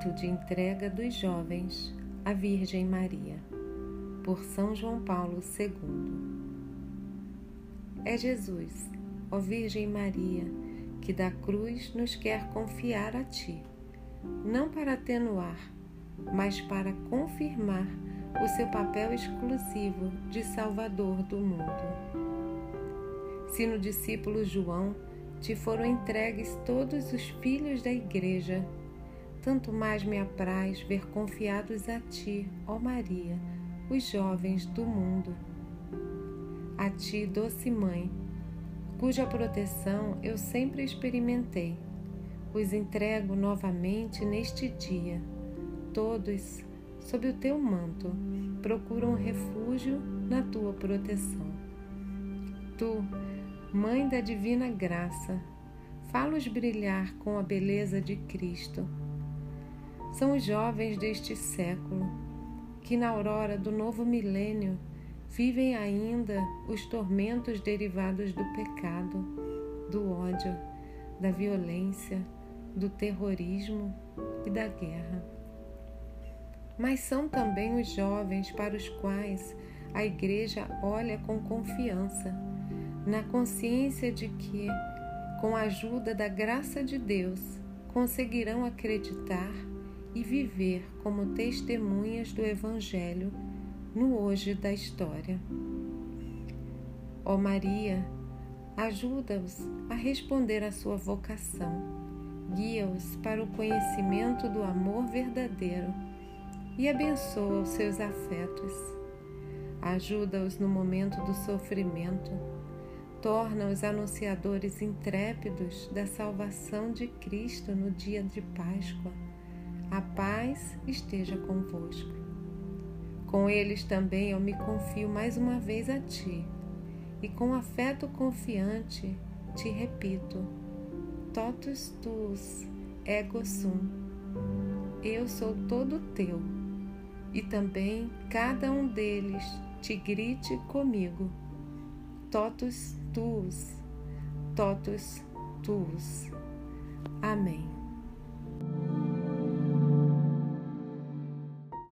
Rito de entrega dos jovens à Virgem Maria, por São João Paulo II. É Jesus, ó Virgem Maria, que da cruz nos quer confiar a Ti, não para atenuar, mas para confirmar o seu papel exclusivo de Salvador do mundo. Se no discípulo João Te foram entregues todos os filhos da Igreja, tanto mais me apraz ver confiados a Ti, ó Maria, os jovens do mundo. A Ti, doce Mãe, cuja proteção eu sempre experimentei, os entrego novamente neste dia. Todos, sob o Teu manto, procuram refúgio na Tua proteção. Tu, Mãe da divina graça, fá-los brilhar com a beleza de Cristo. São os jovens deste século, que na aurora do novo milênio vivem ainda os tormentos derivados do pecado, do ódio, da violência, do terrorismo e da guerra. Mas são também os jovens para os quais a Igreja olha com confiança, na consciência de que, com a ajuda da graça de Deus, conseguirão acreditar e viver como testemunhas do Evangelho no hoje da história. Ó Maria, ajuda-os a responder à sua vocação, guia-os para o conhecimento do amor verdadeiro e abençoa os seus afetos. Ajuda-os no momento do sofrimento, torna-os anunciadores intrépidos da salvação de Cristo no dia de Páscoa. A paz esteja convosco. Com eles também eu me confio mais uma vez a Ti, e com afeto confiante te repito: totus tuus ego sum. Eu sou todo teu, e também cada um deles te grite comigo: totus tuus, totus tuus. Amém.